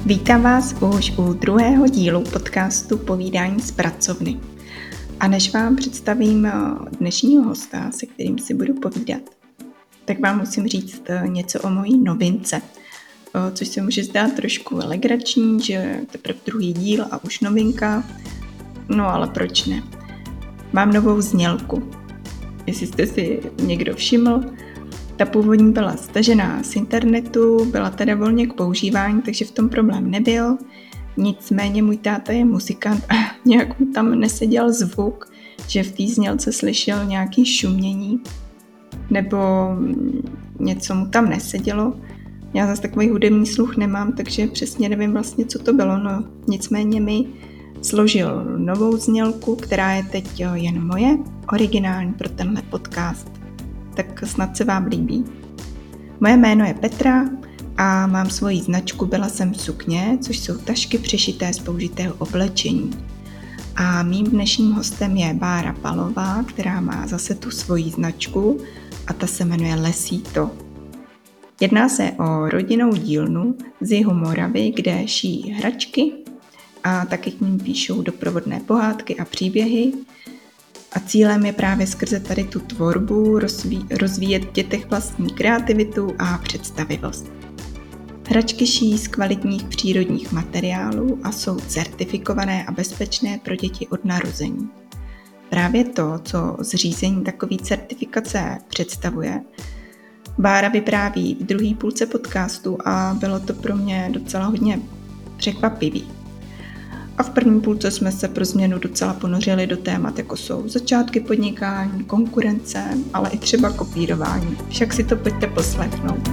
Vítám vás už u druhého dílu podcastu Povídání z pracovny. A než vám představím dnešního hosta, se kterým si budu povídat, tak vám musím říct něco o mojí novince, což se může zdát trošku legrační, že teprve druhý díl a už novinka, no ale proč ne. Mám novou znělku. Jestli jste si někdo všiml, ta původní byla stažená z internetu, byla teda volně k používání, takže v tom problém nebyl. Nicméně můj táta je muzikant a nějak mu tam neseděl zvuk, že v té znělce slyšel nějaký šumění nebo něco mu tam nesedělo. Já zase takový hudební sluch nemám, takže přesně nevím vlastně, co to bylo. No, nicméně mi složil novou znělku, která je teď jen moje, originální pro tenhle podcast. Tak snad se vám líbí. Moje jméno je Petra a mám svoji značku Byla jsem v sukně, což jsou tašky přešité z použitého oblečení. A mým dnešním hostem je Bára Palová, která má zase tu svoji značku a ta se jmenuje Lesíto. Jedná se o rodinnou dílnu z jihu Moravy, kde šijí hračky a taky k ním píšou doprovodné pohádky a příběhy. A cílem je právě skrze tady tu tvorbu rozvíjet v dětech vlastní kreativitu a představivost. Hračky šijí z kvalitních přírodních materiálů a jsou certifikované a bezpečné pro děti od narození. Právě to, co zřízení takové certifikace představuje, Bára vypráví v druhé půlce podcastu a bylo to pro mě docela hodně překvapivý. A v první půlce jsme se pro změnu docela ponořili do témat, jako jsou začátky podnikání, konkurence, ale i třeba kopírování. Však si to pojďte poslechnout.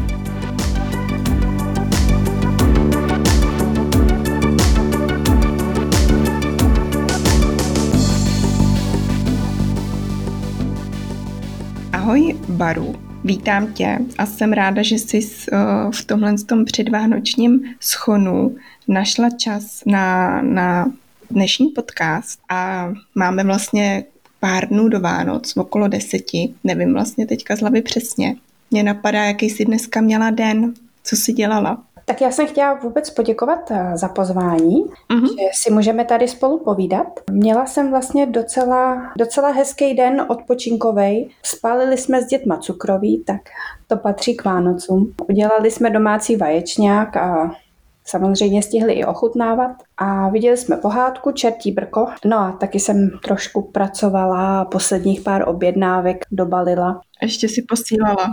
Ahoj Baru, vítám tě a jsem ráda, že jsi v tomhle předvánočním schonu našla čas na dnešní podcast a máme vlastně pár dnů do Vánoc, okolo 10, nevím vlastně teďka z hlavy přesně. Mě napadá, jaký jsi dneska měla den, co jsi dělala. Tak já jsem chtěla vůbec poděkovat za pozvání, že si můžeme tady spolu povídat. Měla jsem vlastně docela hezký den odpočinkovej. Spálili jsme s dětma cukroví, tak to patří k Vánocům. Udělali jsme domácí vaječňák a samozřejmě stihli i ochutnávat. A viděli jsme pohádku Čertí brko. No a taky jsem trošku pracovala a posledních pár objednávek dobalila. Ještě si posílala?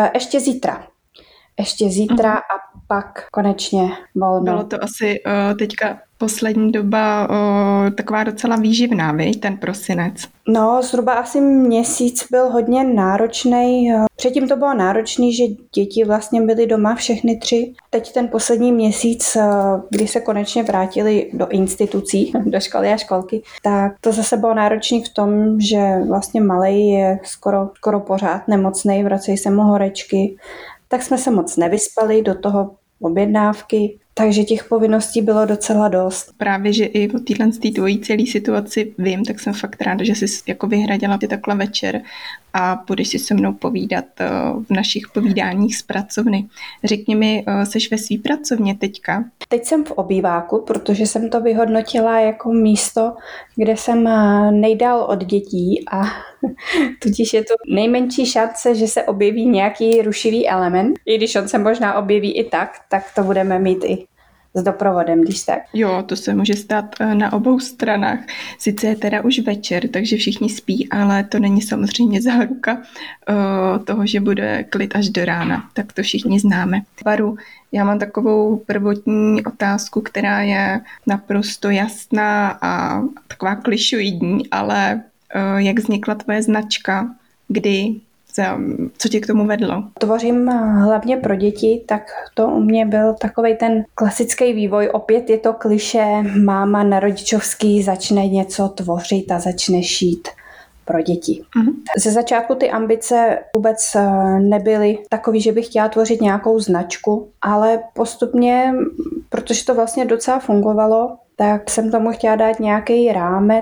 Ještě zítra a pak konečně volno. Bylo to asi teďka poslední doba taková docela výživná, viď, ten prosinec? No, zhruba asi měsíc byl hodně náročný. Předtím to bylo náročný, že děti vlastně byly doma všechny 3. Teď ten poslední měsíc, kdy se konečně vrátili do institucí, do školy a školky, tak to zase bylo náročný v tom, že vlastně malej je skoro pořád nemocnej, vracejí se mu horečky. Tak jsme se moc nevyspali, do toho objednávky, takže těch povinností bylo docela dost. Právě, že i o téhle tvojí celé situaci vím, tak jsem fakt ráda, že jsi jako vyhradila ty takhle večer a budeš si se mnou povídat v našich povídáních z pracovny. Řekni mi, seš ve svý pracovně teďka? Teď jsem v obýváku, protože jsem to vyhodnotila jako místo, kde jsem nejdál od dětí a tudíž je to nejmenší šance, že se objeví nějaký rušivý element. I když on se možná objeví i tak to budeme mít i s doprovodem, když tak. Jo, to se může stát na obou stranách. Sice je teda už večer, takže všichni spí, ale to není samozřejmě záruka toho, že bude klid až do rána. Tak to všichni známe. Baru, já mám takovou prvotní otázku, která je naprosto jasná a taková klišoidní, ale jak vznikla tvoje značka, kdy, co tě k tomu vedlo? Tvořím hlavně pro děti, tak to u mě byl takovej ten klasický vývoj. Opět je to klišé, máma na rodičovský začne něco tvořit a začne šít pro děti. Ze začátku ty ambice vůbec nebyly takový, že bych chtěla tvořit nějakou značku, ale postupně, protože to vlastně docela fungovalo, tak jsem tomu chtěla dát nějaký rámec,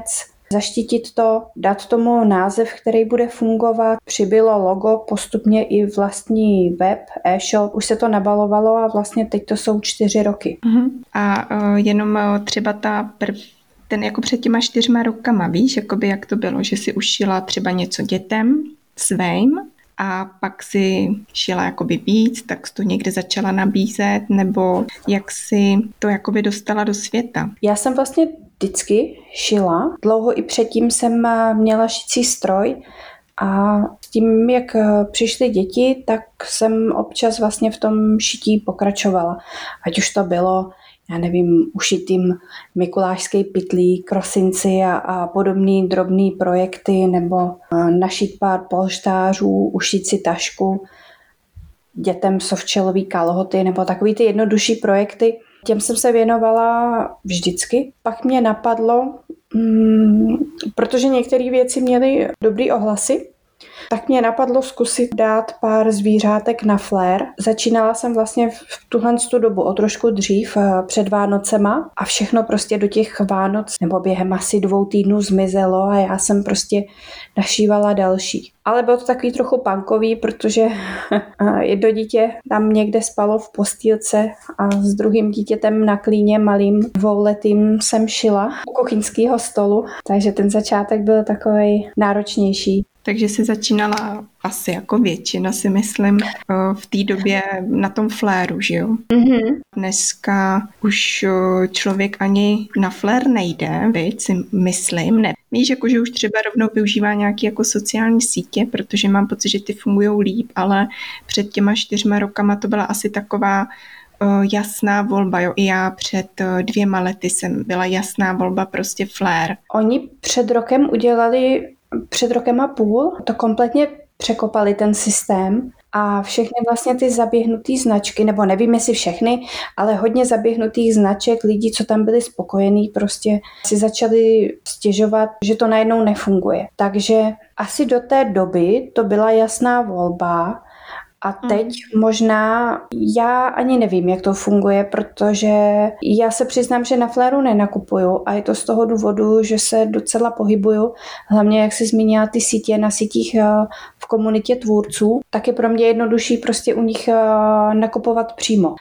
zaštítit to, dát tomu název, který bude fungovat. Přibylo logo, postupně i vlastní web, e-shop, už se to nabalovalo a vlastně teď to jsou 4 roky. A jenom třeba ten jako před těma 4 rokama, víš, jakoby jak to bylo, že si ušila třeba něco dětem svým a pak si šila jakoby víc, tak jsi to někde začala nabízet, nebo jak si to jakoby dostala do světa? Já jsem vlastně vždycky šila. Dlouho i předtím jsem měla šicí stroj a s tím, jak přišly děti, tak jsem občas vlastně v tom šití pokračovala. Ať už to bylo, já nevím, ušitým mikulášský pytlík, krosinci a podobný drobný projekty, nebo našít pár polštářů, ušít si tašku, dětem softšelový kalhoty, nebo takový ty jednodušší projekty. Těm jsem se věnovala vždycky. Pak mě napadlo, protože některé věci měly dobrý ohlasy, tak mě napadlo zkusit dát pár zvířátek na flér. Začínala jsem vlastně v tuhle dobu o trošku dřív před Vánocema a všechno prostě do těch Vánoc nebo během asi 2 týdnů zmizelo a já jsem prostě našívala další. Ale bylo to takový trochu punkový, protože jedno dítě tam někde spalo v postýlce a s druhým dítětem na klíně malým 2letým jsem šila u kuchyňského stolu, takže ten začátek byl takovej náročnější. Takže jsi začínala asi jako většina, si myslím, v té době na tom fléru, že jo? Mm-hmm. Dneska už člověk ani na flér nejde, viď, si myslím, ne. Víš, jako, že už třeba rovnou využívá nějaké jako sociální sítě, protože mám pocit, že ty fungujou líp, ale před těma 4 rokama to byla asi taková jasná volba, jo. I já před 2 lety jsem byla jasná volba, prostě flér. Oni před rokem udělali před rokem a půl to kompletně překopali ten systém a všechny vlastně ty zaběhnutý značky, nebo nevím jestli všechny, ale hodně zaběhnutých značek lidí, co tam byli spokojení, prostě si začali stěžovat, že to najednou nefunguje. Takže asi do té doby to byla jasná volba. A teď možná, já ani nevím, jak to funguje, protože já se přiznám, že na fléru nenakupuju a je to z toho důvodu, že se docela pohybuju, hlavně jak jsi zmínila ty sítě na sítích v komunitě tvůrců, tak je pro mě jednodušší prostě u nich nakupovat přímo.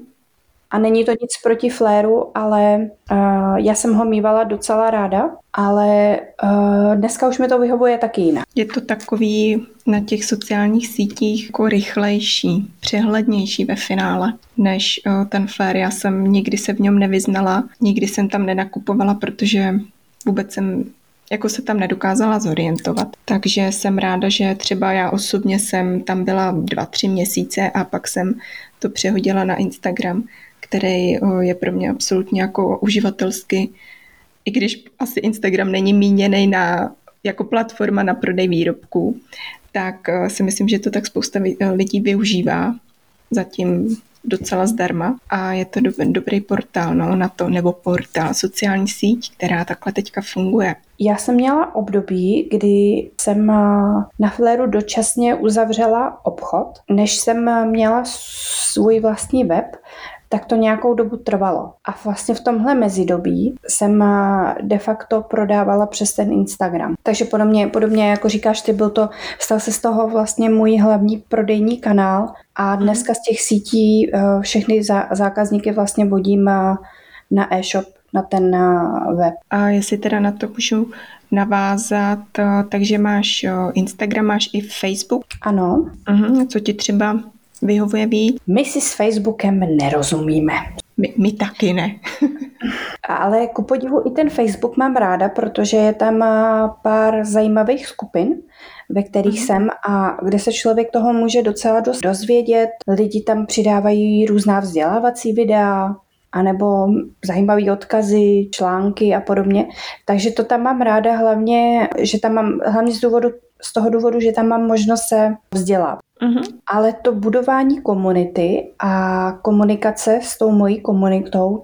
A není to nic proti fléru, ale já jsem ho mívala docela ráda, ale dneska už mi to vyhovuje taky jinak. Je to takový na těch sociálních sítích jako rychlejší, přehlednější ve finále, než ten flér. Já jsem nikdy se v něm nevyznala, nikdy jsem tam nenakupovala, protože vůbec jsem jako se tam nedokázala zorientovat. Takže jsem ráda, že třeba já osobně jsem tam byla 2-3 měsíce a pak jsem to přehodila na Instagram, který je pro mě absolutně jako uživatelsky, i když asi Instagram není míněný jako platforma na prodej výrobků, tak si myslím, že to tak spousta lidí využívá zatím docela zdarma a je to dobrý portál na to, nebo portál, sociální síť, která takhle teďka funguje. Já jsem měla období, kdy jsem na fléru dočasně uzavřela obchod, než jsem měla svůj vlastní web, tak to nějakou dobu trvalo. A vlastně v tomhle mezidobí jsem de facto prodávala přes ten Instagram. Takže podobně jako říkáš ty, stal se z toho vlastně můj hlavní prodejní kanál a dneska z těch sítí všechny zákazníky vlastně vodím na e-shop, na ten web. A jestli teda na to můžu navázat, takže máš Instagram, máš i Facebook? Ano. Co ti třeba vyhovuje víc? My si s Facebookem nerozumíme. My taky ne. Ale ku podivu i ten Facebook mám ráda, protože je tam pár zajímavých skupin, ve kterých jsem a kde se člověk toho může docela dost dozvědět. Lidi tam přidávají různá vzdělávací videa, anebo zajímavé odkazy, články a podobně. Takže to tam mám ráda hlavně z toho důvodu, že tam mám možnost se vzdělat. Ale to budování komunity a komunikace s tou mojí komunitou,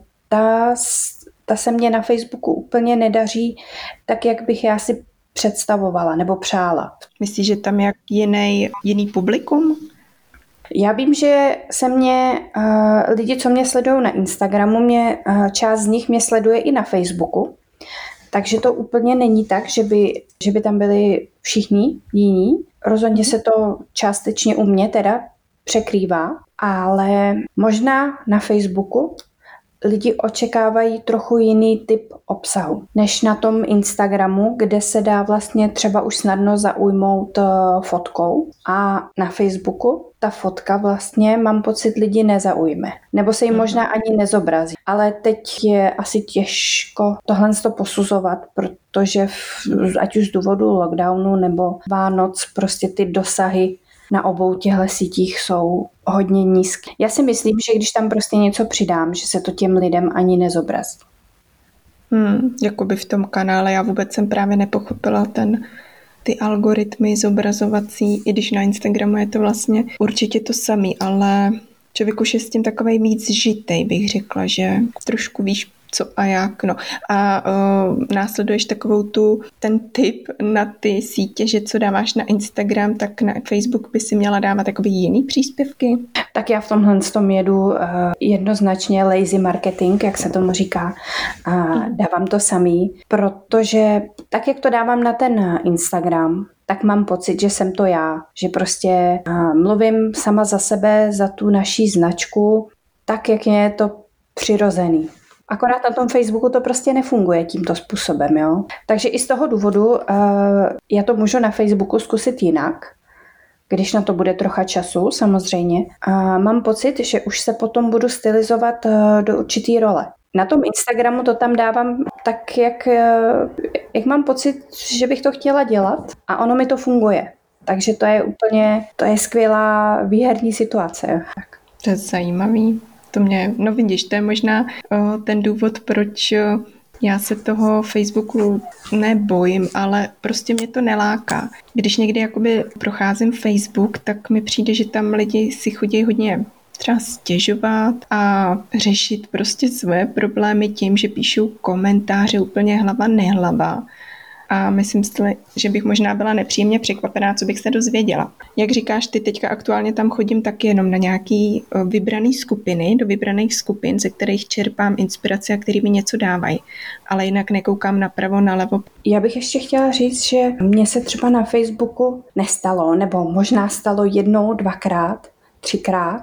ta se mě na Facebooku úplně nedaří tak, jak bych já si představovala nebo přála. Myslíš, že tam je jiný publikum? Já vím, že se mě lidi, co mě sledují na Instagramu, část z nich mě sleduje i na Facebooku. Takže to úplně není tak, že by tam byli všichni jiní. Rozhodně se to částečně u mě teda překrývá, ale možná na Facebooku lidi očekávají trochu jiný typ obsahu, než na tom Instagramu, kde se dá vlastně třeba už snadno zaujmout fotkou, a na Facebooku ta fotka vlastně, mám pocit, lidi nezaujme. Nebo se jim možná ani nezobrazí. Ale teď je asi těžko tohle posuzovat, protože ať už z důvodu lockdownu nebo Vánoc prostě ty dosahy na obou těchto sítích jsou hodně nízké. Já si myslím, že když tam prostě něco přidám, že se to těm lidem ani nezobrazí. Jakoby v tom kanále já vůbec jsem právě nepochopila ty algoritmy zobrazovací, i když na Instagramu je to vlastně určitě to samý, ale člověk už je s tím takovej víc žitej, bych řekla, že trošku víš co a jak. No. A následuješ ten tip na ty sítě, že co dáváš na Instagram, tak na Facebook by si měla dávat takové jiný příspěvky? Tak já v tomhle tom jedu jednoznačně lazy marketing, jak se tomu říká. Dávám to samý, protože tak, jak to dávám na ten Instagram, tak mám pocit, že jsem to já. Že prostě mluvím sama za sebe, za tu naší značku, tak, jak je to přirozený. Akorát na tom Facebooku to prostě nefunguje tímto způsobem, jo. Takže i z toho důvodu já to můžu na Facebooku zkusit jinak, když na to bude trocha času, samozřejmě. A mám pocit, že už se potom budu stylizovat do určitý role. Na tom Instagramu to tam dávám tak, jak mám pocit, že bych to chtěla dělat, a ono mi to funguje. Takže to je skvělá výherní situace. To je zajímavý. Vidíš, to je možná ten důvod, proč já se toho Facebooku nebojím, ale prostě mě to neláká. Když někdy jakoby procházím Facebook, tak mi přijde, že tam lidi si chodí hodně třeba stěžovat a řešit prostě své problémy tím, že píšou komentáře úplně hlava nehlava. A myslím si, že bych možná byla nepříjemně překvapená, co bych se dozvěděla. Jak říkáš, ty teďka aktuálně tam chodím taky jenom na nějaký vybraný skupiny, do vybraných skupin, ze kterých čerpám inspiraci a který mi něco dávají. Ale jinak nekoukám napravo, nalevo. Já bych ještě chtěla říct, že mně se třeba na Facebooku nestalo, nebo možná stalo 1, 2krát, 3krát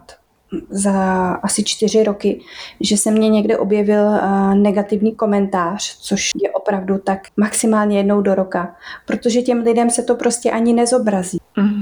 za asi 4 roky, že se mně někde objevil negativní komentář, což je opravdu tak maximálně 1 do roka, protože těm lidem se to prostě ani nezobrazí.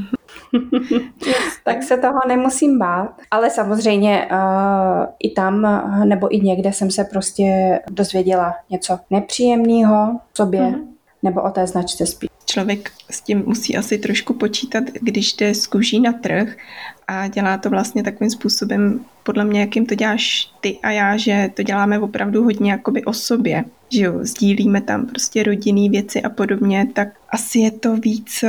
Tak se toho nemusím bát. Ale samozřejmě i tam nebo i někde jsem se prostě dozvěděla něco nepříjemného sobě nebo o té značce spíš. Člověk s tím musí asi trošku počítat, když jde z kůží na trh a dělá to vlastně takovým způsobem, podle mě, jakým to děláš ty a já, že to děláme opravdu hodně jakoby o sobě, že jo, sdílíme tam prostě rodinný věci a podobně, tak asi je to víc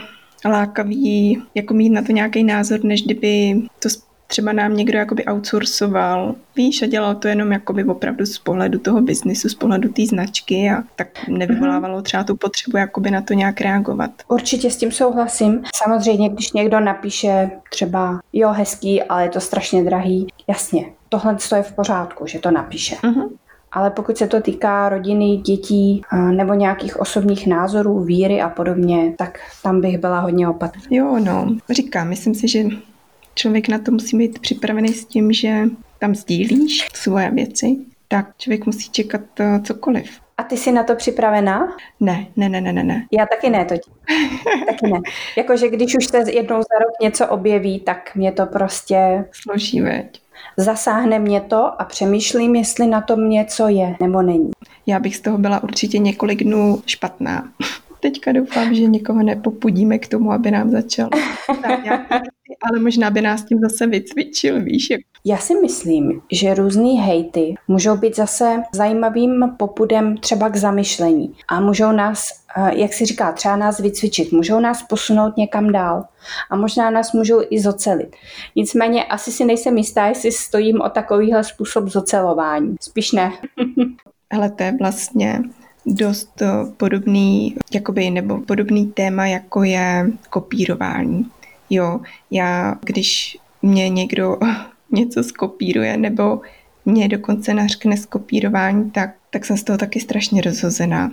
lákavý, jako mít na to nějaký názor, než kdyby to třeba nám někdo jakoby outsourcoval, víš, a dělal to jenom jakoby opravdu z pohledu toho biznisu, z pohledu té značky, a tak nevyvolávalo třeba tu potřebu jakoby na to nějak reagovat. Určitě s tím souhlasím. Samozřejmě, když někdo napíše třeba hezký, ale je to strašně drahý, jasně, tohle je v pořádku, že to napíše. Ale pokud se to týká rodiny, dětí nebo nějakých osobních názorů, víry a podobně, tak tam bych byla hodně opatrná. Jo, říkám, myslím si, že člověk na to musí být připravený s tím, že tam sdílíš svoje věci, tak člověk musí čekat cokoliv. A ty jsi na to připravená? Ne. Já taky ne totiž. Taky ne. Jakože když už se jednou za rok něco objeví, tak mě to prostě složí, veď. Zasáhne mě to a přemýšlím, jestli na tom něco je nebo není. Já bych z toho byla určitě několik dnů špatná. Teďka doufám, že někoho nepopudíme k tomu, aby nám začal ale možná by nás tím zase vycvičil, víš? Já si myslím, že různý hejty můžou být zase zajímavým popudem třeba k zamyšlení a můžou nás, jak si říká, třeba nás vycvičit, můžou nás posunout někam dál a možná nás můžou i zocelit. Nicméně asi si nejsem jistá, jestli stojím o takovýhle způsob zocelování. Spíš ne. Ale to je vlastně dost podobný, nebo podobný téma, jako je kopírování. Jo, já, když mě někdo něco skopíruje, nebo mě dokonce nařkne skopírování, tak jsem z toho taky strašně rozhozená.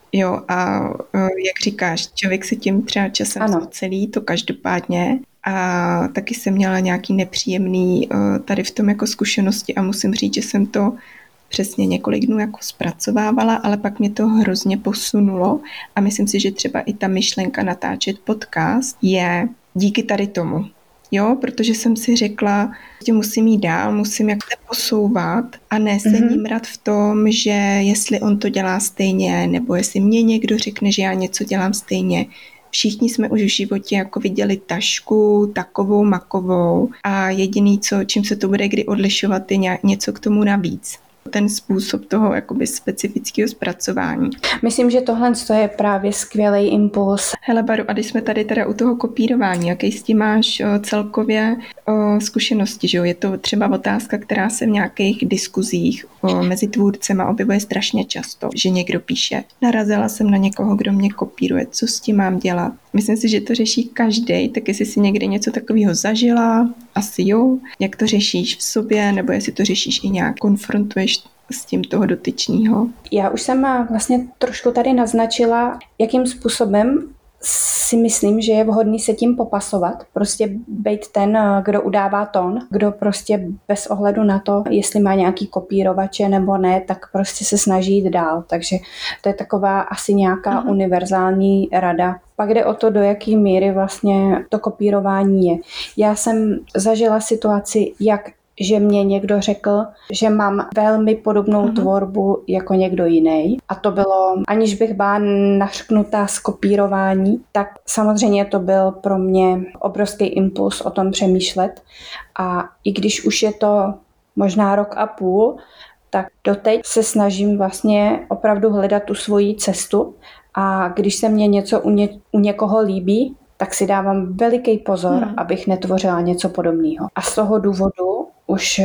Jo, a jak říkáš, člověk se tím třeba časem zocelí, to každopádně. A taky jsem měla nějaký nepříjemný tady v tom jako zkušenosti a musím říct, že jsem to přesně několik dnů jako zpracovávala, ale pak mě to hrozně posunulo a myslím si, že třeba i ta myšlenka natáčet podcast je díky tady tomu. Jo, protože jsem si řekla, že musím jít dál, musím jak se posouvat a ne se nímrat v tom, že jestli on to dělá stejně, nebo jestli mě někdo řekne, že já něco dělám stejně. Všichni jsme už v životě jako viděli tašku, takovou, makovou a jediný, čím se to bude kdy odlišovat, je něco k tomu navíc. Ten způsob toho jakoby specifického zpracování. Myslím, že tohle je právě skvělý impuls. Hele Baru, a když jsme tady teda u toho kopírování, jaký s tím máš celkově zkušenosti, že jo? Je to třeba otázka, která se v nějakých diskuzích mezi tvůrcema objevuje strašně často, že někdo píše, narazila jsem na někoho, kdo mě kopíruje, co s tím mám dělat? Myslím si, že to řeší každý, tak jestli si někdy něco takového zažila, asi jo, jak to řešíš v sobě, nebo jestli to řešíš i nějak konfrontuješ s tím toho dotyčného. Já už jsem vlastně trošku tady naznačila, jakým způsobem si myslím, že je vhodný se tím popasovat. Prostě být ten, kdo udává tón, kdo prostě bez ohledu na to, jestli má nějaký kopírovače nebo ne, tak prostě se snaží jít dál. Takže to je taková asi nějaká univerzální rada. Pak jde o to, do jaký míry vlastně to kopírování je. Já jsem zažila situaci, že mě někdo řekl, že mám velmi podobnou tvorbu jako někdo jiný. A to bylo, aniž bych byla nařknutá z kopírování, tak samozřejmě to byl pro mě obrovský impuls o tom přemýšlet. A i když už je to možná rok a půl, tak doteď se snažím vlastně opravdu hledat tu svoji cestu. A když se mně něco u někoho líbí, tak si dávám veliký pozor, abych netvořila něco podobného. A z toho důvodu už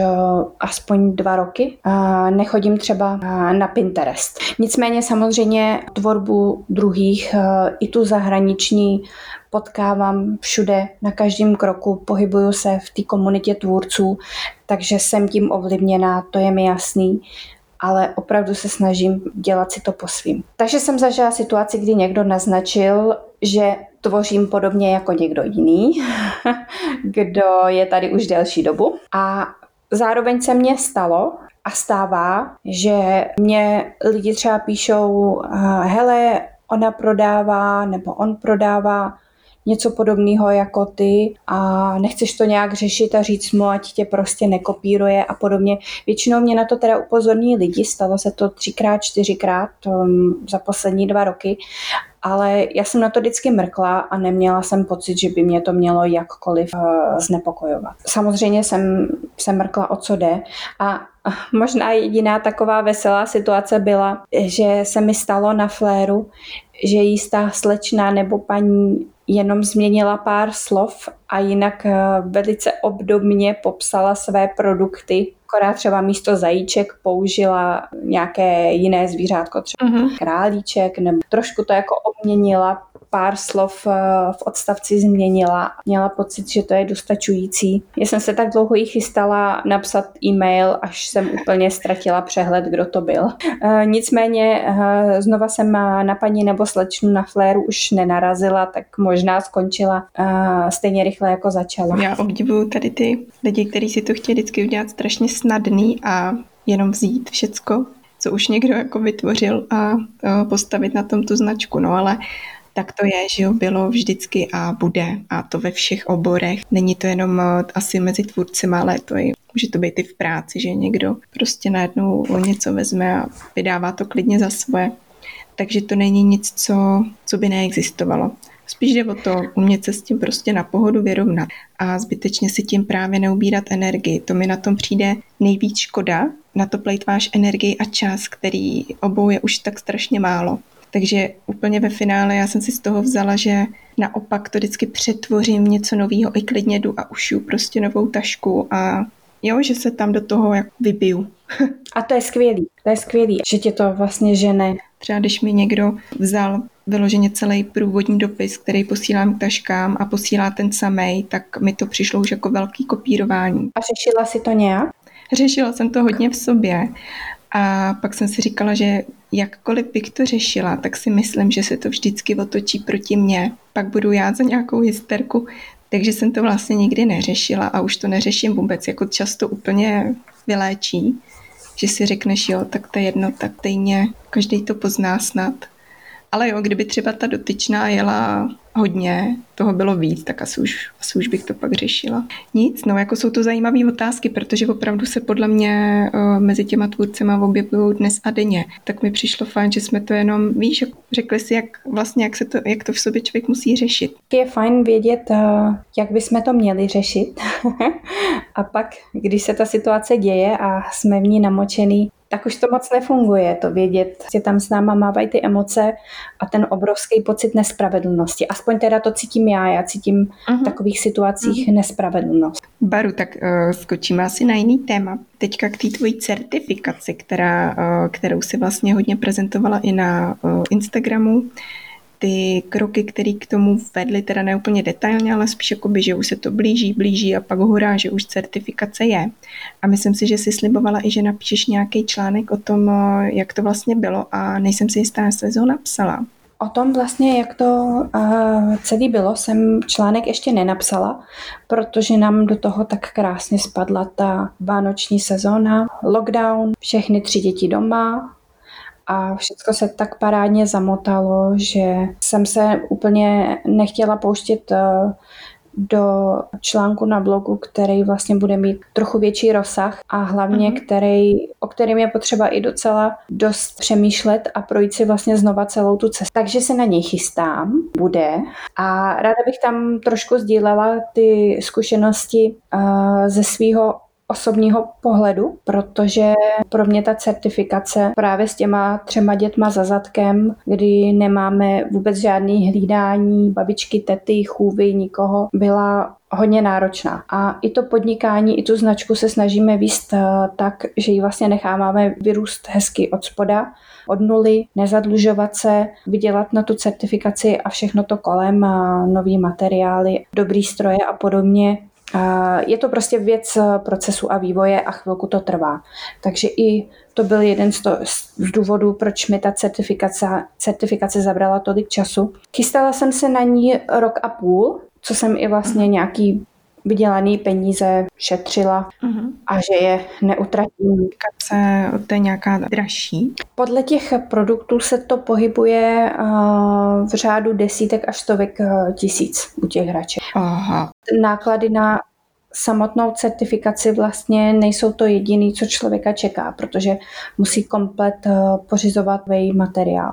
aspoň 2 roky nechodím třeba na Pinterest. Nicméně samozřejmě tvorbu druhých, i tu zahraniční, potkávám všude, na každém kroku, pohybuju se v té komunitě tvůrců, takže jsem tím ovlivněná, to je mi jasný, ale opravdu se snažím dělat si to po svým. Takže jsem zažila situaci, kdy někdo naznačil, že tvořím podobně jako někdo jiný, kdo je tady už delší dobu. A zároveň se mně stalo a stává, že mě lidi třeba píšou, hele, ona prodává nebo on prodává něco podobného jako ty a nechceš to nějak řešit a říct mu, ať tě prostě nekopíruje a podobně. Většinou mě na to teda upozorní lidi, stalo se to 3x, 4x za poslední 2 roky, ale já jsem na to vždycky mrkla a neměla jsem pocit, že by mě to mělo jakkoliv znepokojovat. Samozřejmě jsem se mrkla, o co jde, a možná jediná taková veselá situace byla, že se mi stalo na Fléru, že jistá slečna nebo paní jenom změnila pár slov a jinak velice obdobně popsala své produkty, akorát třeba místo zajíček použila nějaké jiné zvířátko, třeba králíček, nebo trošku to jako obměnila, pár slov v odstavci změnila. Měla pocit, že to je dostačující. Já jsem se tak dlouho jí chystala napsat e-mail, až jsem úplně ztratila přehled, kdo to byl. Nicméně znova jsem na paní nebo slečnu na Fléru už nenarazila, tak možná skončila stejně rychle, jako začala. Já obdivuju tady ty lidi, kteří si to chtějí vždycky udělat strašně snadný a jenom vzít všecko, co už někdo jako vytvořil a postavit na tom tu značku. No ale tak to je, že jo, bylo vždycky a bude. A to ve všech oborech. Není to jenom asi mezi tvůrcima, ale může to být i v práci, že někdo prostě najednou něco vezme a vydává to klidně za svoje. Takže to není nic, co by neexistovalo. Spíš jde o to umět se s tím prostě na pohodu vyrovnat a zbytečně si tím právě neubírat energii. To mi na tom přijde nejvíc škoda. Na to plejtváš energii a čas, který obou je už tak strašně málo. Takže úplně ve finále já jsem si z toho vzala, že naopak to vždycky přetvořím něco nového, i klidně jdu a ušiju prostě novou tašku a jo, že se tam do toho jak vybiju. A to je skvělý, že tě to vlastně žene. Třeba když mi někdo vzal vyloženě celý průvodní dopis, který posílám k taškám a posílá ten samej, tak mi to přišlo už jako velký kopírování. A řešila si to nějak? Řešila jsem to hodně v sobě. A pak jsem si říkala, že jakkoliv bych to řešila, tak si myslím, že se to vždycky otočí proti mně. Pak budu já za nějakou hysterku, takže jsem to vlastně nikdy neřešila a už to neřeším vůbec, jako často úplně vyléčí, že si řekneš, jo, tak to je jedno, tak stejně, každý to pozná snad. Ale jo, kdyby třeba ta dotyčná jela hodně, toho bylo víc, tak asi už bych to pak řešila. Nic, no jako jsou to zajímavé otázky, protože opravdu se podle mě mezi těma tvůrcema objevují dnes a denně. Tak mi přišlo fajn, že jsme to jenom, víš, řekli si, jak to v sobě člověk musí řešit. Je fajn vědět, jak bychom to měli řešit. A pak, když se ta situace děje a jsme v ní namočený, tak už to moc nefunguje, to vědět, že tam s náma mávají ty emoce a ten obrovský pocit nespravedlnosti. Aspoň teda to cítím já cítím v takových situacích nespravedlnost. Baru, tak skočíme asi na jiný téma. Teďka k té tvojí certifikaci, kterou si vlastně hodně prezentovala i na Instagramu. Ty kroky, které k tomu vedly, teda ne úplně detailně, ale spíš jakoby, že už se to blíží a pak hurá, že už certifikace je. A myslím si, že si slibovala i, že napíšeš nějaký článek o tom, jak to vlastně bylo a nejsem si jistá, jestli ho napsala. O tom vlastně, jak to celý bylo, jsem článek ještě nenapsala, protože nám do toho tak krásně spadla ta vánoční sezóna, lockdown, všechny 3 děti doma, a všechno se tak parádně zamotalo, že jsem se úplně nechtěla pouštět do článku na blogu, který vlastně bude mít trochu větší rozsah a hlavně o kterém je potřeba i docela dost přemýšlet a projít si vlastně znova celou tu cestu. Takže se na něj chystám, bude, a ráda bych tam trošku sdílela ty zkušenosti ze svého osobního pohledu, protože pro mě ta certifikace právě s těma 3 dětma za zadkem, kdy nemáme vůbec žádný hlídání, babičky, tety, chůvy, nikoho, byla hodně náročná. A i to podnikání, i tu značku se snažíme vést tak, že ji vlastně necháváme vyrůst hezky od spoda, od nuly, nezadlužovat se, vydělat na tu certifikaci a všechno to kolem, nový materiály, dobrý stroje a podobně. Je to prostě věc procesu a vývoje a chvilku to trvá. Takže i to byl jeden z důvodů, proč mi ta certifikace zabrala tolik času. Chystala jsem se na ní 1,5 roku, co jsem i vlastně nějaký vydělaný peníze šetřila a že je neutratím. To je nějaká dražší? Podle těch produktů se to pohybuje v řádu desítek až stovek tisíc u těch hraček. Aha. Náklady na samotnou certifikaci vlastně nejsou to jediné, co člověka čeká, protože musí komplet pořizovat její materiál.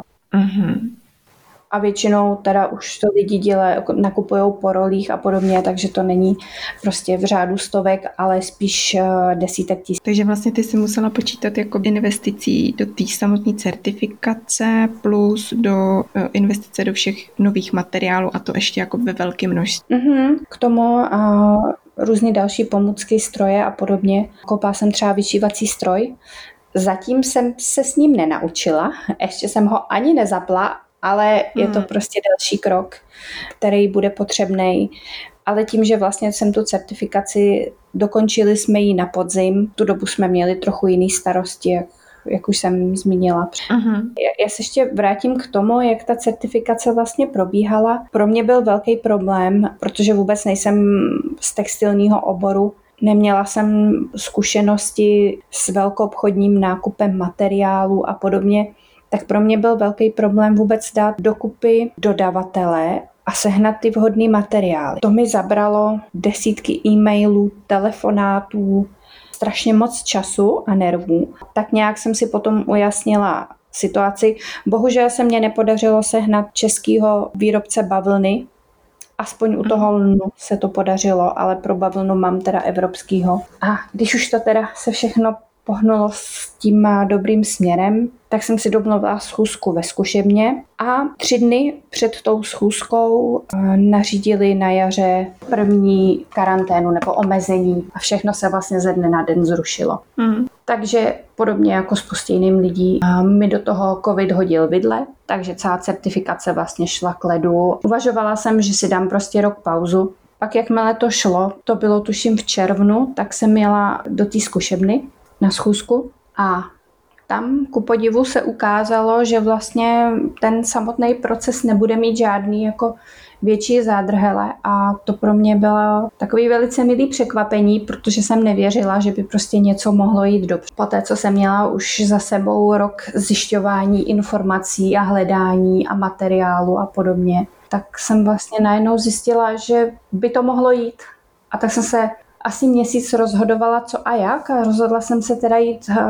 A většinou teda už to lidi nakupujou po rolích a podobně, takže to není prostě v řádu stovek, ale spíš desítek tisíc. Takže vlastně ty si musela počítat jako investicí do té samotné certifikace plus do investice do všech nových materiálů a to ještě jako ve velkém množství. K tomu různé další pomůcky, stroje a podobně. Koupila jsem třeba vyšívací stroj. Zatím jsem se s ním nenaučila, ještě jsem ho ani nezapla, ale je to prostě další krok, který bude potřebný. Ale tím, že vlastně jsem tu certifikaci, dokončili jsme ji na podzim, tu dobu jsme měli trochu jiný starosti, jak už jsem zmínila. Já se ještě vrátím k tomu, jak ta certifikace vlastně probíhala. Pro mě byl velký problém, protože vůbec nejsem z textilního oboru. Neměla jsem zkušenosti s velkoobchodním nákupem materiálu a podobně. Tak pro mě byl velký problém vůbec dát dokupy dodavatele a sehnat ty vhodný materiály. To mi zabralo desítky e-mailů, telefonátů, strašně moc času a nervů. Tak nějak jsem si potom ujasnila situaci. Bohužel se mně nepodařilo sehnat českýho výrobce bavlny. Aspoň u toho lnu se to podařilo, ale pro bavlnu mám teda evropskýho. A když už to teda se všechno pohnulo s tím dobrým směrem, tak jsem si domluvila schůzku ve zkušebně a 3 dny před tou schůzkou nařídili na jaře první karanténu nebo omezení a všechno se vlastně ze dne na den zrušilo. Takže podobně jako spousta jiným lidí mi do toho covid hodil vidle, takže celá certifikace vlastně šla k ledu. Uvažovala jsem, že si dám prostě rok pauzu. Pak jakmile to šlo, to bylo tuším v červnu, tak jsem jela do té zkušebny na schůzku a tam ku podivu se ukázalo, že vlastně ten samotný proces nebude mít žádný jako větší zádrhele a to pro mě bylo takový velice milý překvapení, protože jsem nevěřila, že by prostě něco mohlo jít dobře. Poté, co jsem měla už za sebou rok zjišťování informací a hledání a materiálu a podobně, tak jsem vlastně najednou zjistila, že by to mohlo jít. A tak jsem se asi měsíc rozhodovala co a jak a rozhodla jsem se teda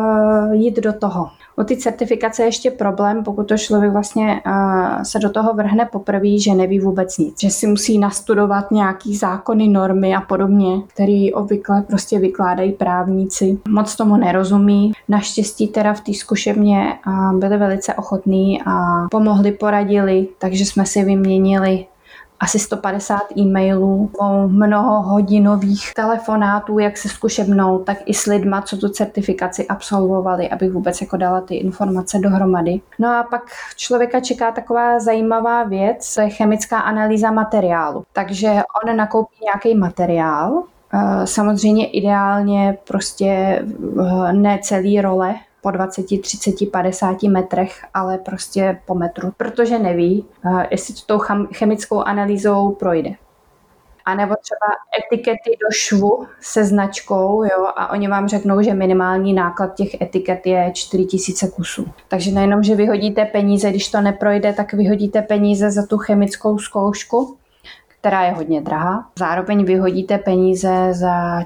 jít do toho. U té certifikace je ještě problém, pokud to člověk vlastně se do toho vrhne poprvé, že neví vůbec nic. Že si musí nastudovat nějaký zákony, normy a podobně, který obvykle prostě vykládají právníci. Moc tomu nerozumí. Naštěstí teda v té zkušebně byli velice ochotní a pomohli, poradili, takže jsme si vyměnili asi 150 e-mailů, mnohohodinových telefonátů, jak se zkušebnou, tak i s lidma, co tu certifikaci absolvovali, abych vůbec jako dala ty informace dohromady. No a pak člověka čeká taková zajímavá věc, to je chemická analýza materiálu. Takže on nakoupí nějaký materiál, samozřejmě ideálně prostě ne celý role, po 20, 30, 50 metrech, ale prostě po metru, protože neví, jestli to tou chemickou analýzou projde. A nebo třeba etikety do švu se značkou, jo, a oni vám řeknou, že minimální náklad těch etiket je 4000 kusů. Takže nejenom, že vyhodíte peníze, když to neprojde, tak vyhodíte peníze za tu chemickou zkoušku, která je hodně drahá. Zároveň vyhodíte peníze za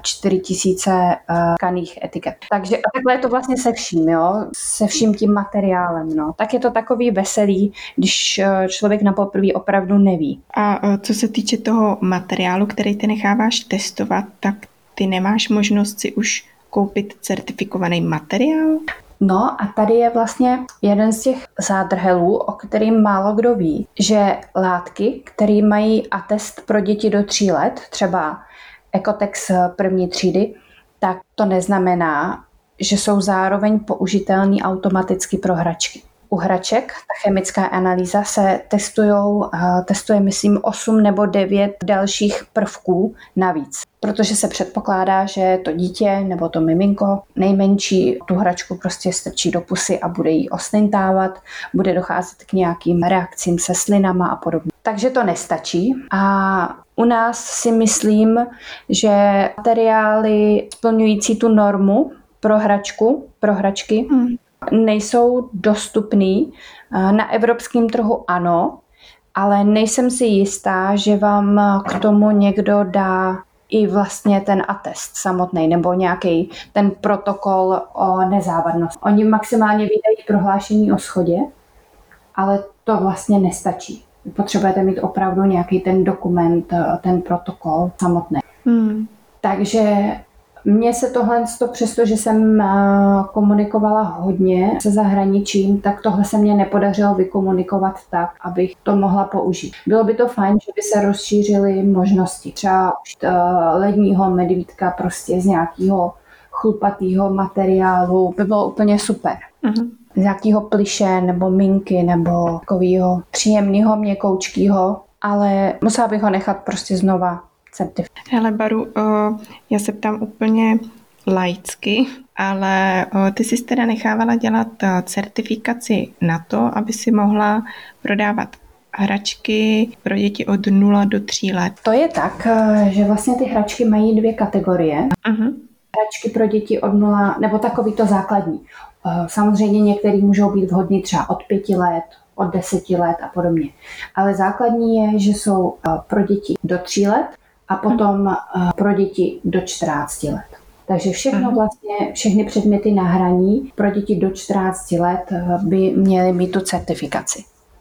4000 kaných etiket. Takže a takhle je to vlastně se vším, jo? Se vším tím materiálem. No. Tak je to takový veselý, když člověk na poprvé opravdu neví. A co se týče toho materiálu, který ty necháváš testovat, tak ty nemáš možnost si už koupit certifikovaný materiál? No a tady je vlastně jeden z těch zádrhelů, o kterým málo kdo ví, že látky, které mají atest pro děti do 3 let, třeba Ekotex první třídy, tak to neznamená, že jsou zároveň použitelný automaticky pro hračky. U hraček ta chemická analýza se testuje, myslím, 8 nebo 9 dalších prvků navíc. Protože se předpokládá, že to dítě nebo to miminko nejmenší tu hračku prostě strčí do pusy a bude jí oslintávat, bude docházet k nějakým reakcím se slinama a podobně. Takže to nestačí a u nás si myslím, že materiály splňující tu normu pro hračky nejsou dostupný. Na evropském trhu ano, ale nejsem si jistá, že vám k tomu někdo dá i vlastně ten atest samotný nebo nějaký ten protokol o nezávadnosti. Oni maximálně vydají prohlášení o shodě, ale to vlastně nestačí. Potřebujete mít opravdu nějaký ten dokument, ten protokol samotný. Takže mně se tohle, přesto, že jsem komunikovala hodně se zahraničím, tak tohle se mně nepodařilo vykomunikovat tak, abych to mohla použít. Bylo by to fajn, že by se rozšířily možnosti. Třeba ledního medvídka prostě z nějakého chlupatého materiálu by bylo úplně super. Z nějakého plyše nebo minky nebo takového příjemného měkoučkého, ale musela bych ho nechat prostě znova certifikovat. Hele Baru, já se ptám úplně laicky, ale ty jsi teda nechávala dělat certifikaci na to, aby si mohla prodávat hračky pro děti od 0 do 3 let. To je tak, že vlastně ty hračky mají 2 kategorie. Hračky pro děti od 0, nebo takový to základní. Samozřejmě některý můžou být vhodný třeba od 5 let, od 10 let a podobně. Ale základní je, že jsou pro děti do 3 let a potom pro děti do 14 let. Takže všechny předměty na hraní pro děti do 14 let by měly mít tu certifikaci.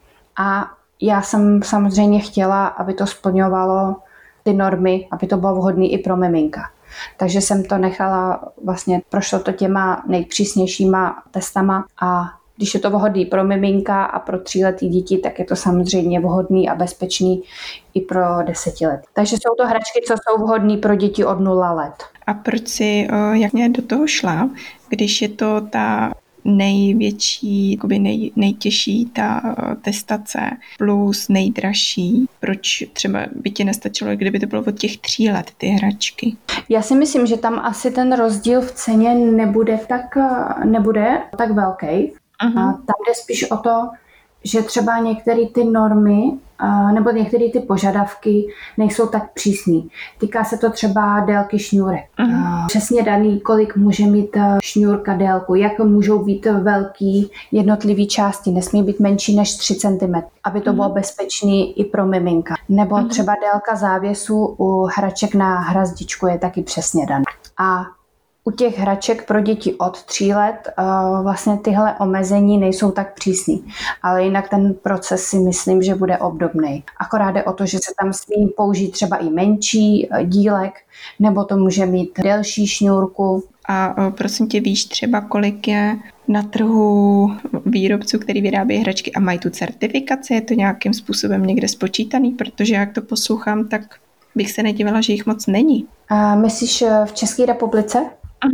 A já jsem samozřejmě chtěla, aby to splňovalo ty normy, aby to bylo vhodné i pro miminka. Takže jsem to nechala, vlastně prošlo to těma nejpřísnějšíma testama a když je to vhodný pro miminka a pro 3letý děti, tak je to samozřejmě vhodný a bezpečný i pro 10 let. Takže jsou to hračky, co jsou vhodný pro děti od 0 let. A proč si jak mě do toho šla, když je to ta největší, jakoby nejtěžší ta testace plus nejdražší. Proč třeba by ti nestačilo, kdyby to bylo od těch 3 let, ty hračky? Já si myslím, že tam asi ten rozdíl v ceně nebude tak velký. Tam jde spíš o to, že třeba některé ty normy nebo některé ty požadavky nejsou tak přísný. Týká se to třeba délky šňůrek. Přesně daný, kolik může mít šňůrka délku, jak můžou být velký jednotlivý části, nesmí být menší než 3 cm, aby to bylo bezpečný i pro miminka. Nebo třeba délka závěsu u hraček na hrazdičku je taky přesně daná. A u těch hraček pro děti od 3 let vlastně tyhle omezení nejsou tak přísný. Ale jinak ten proces si myslím, že bude obdobný. Akorát jde o to, že se tam smí použít třeba i menší dílek, nebo to může mít delší šňůrku. A prosím tě, víš třeba, kolik je na trhu výrobců, který vyrábí hračky a mají tu certifikaci? Je to nějakým způsobem někde spočítaný? Protože jak to poslouchám, tak bych se nedívala, že jich moc není. Myslíš v České republice?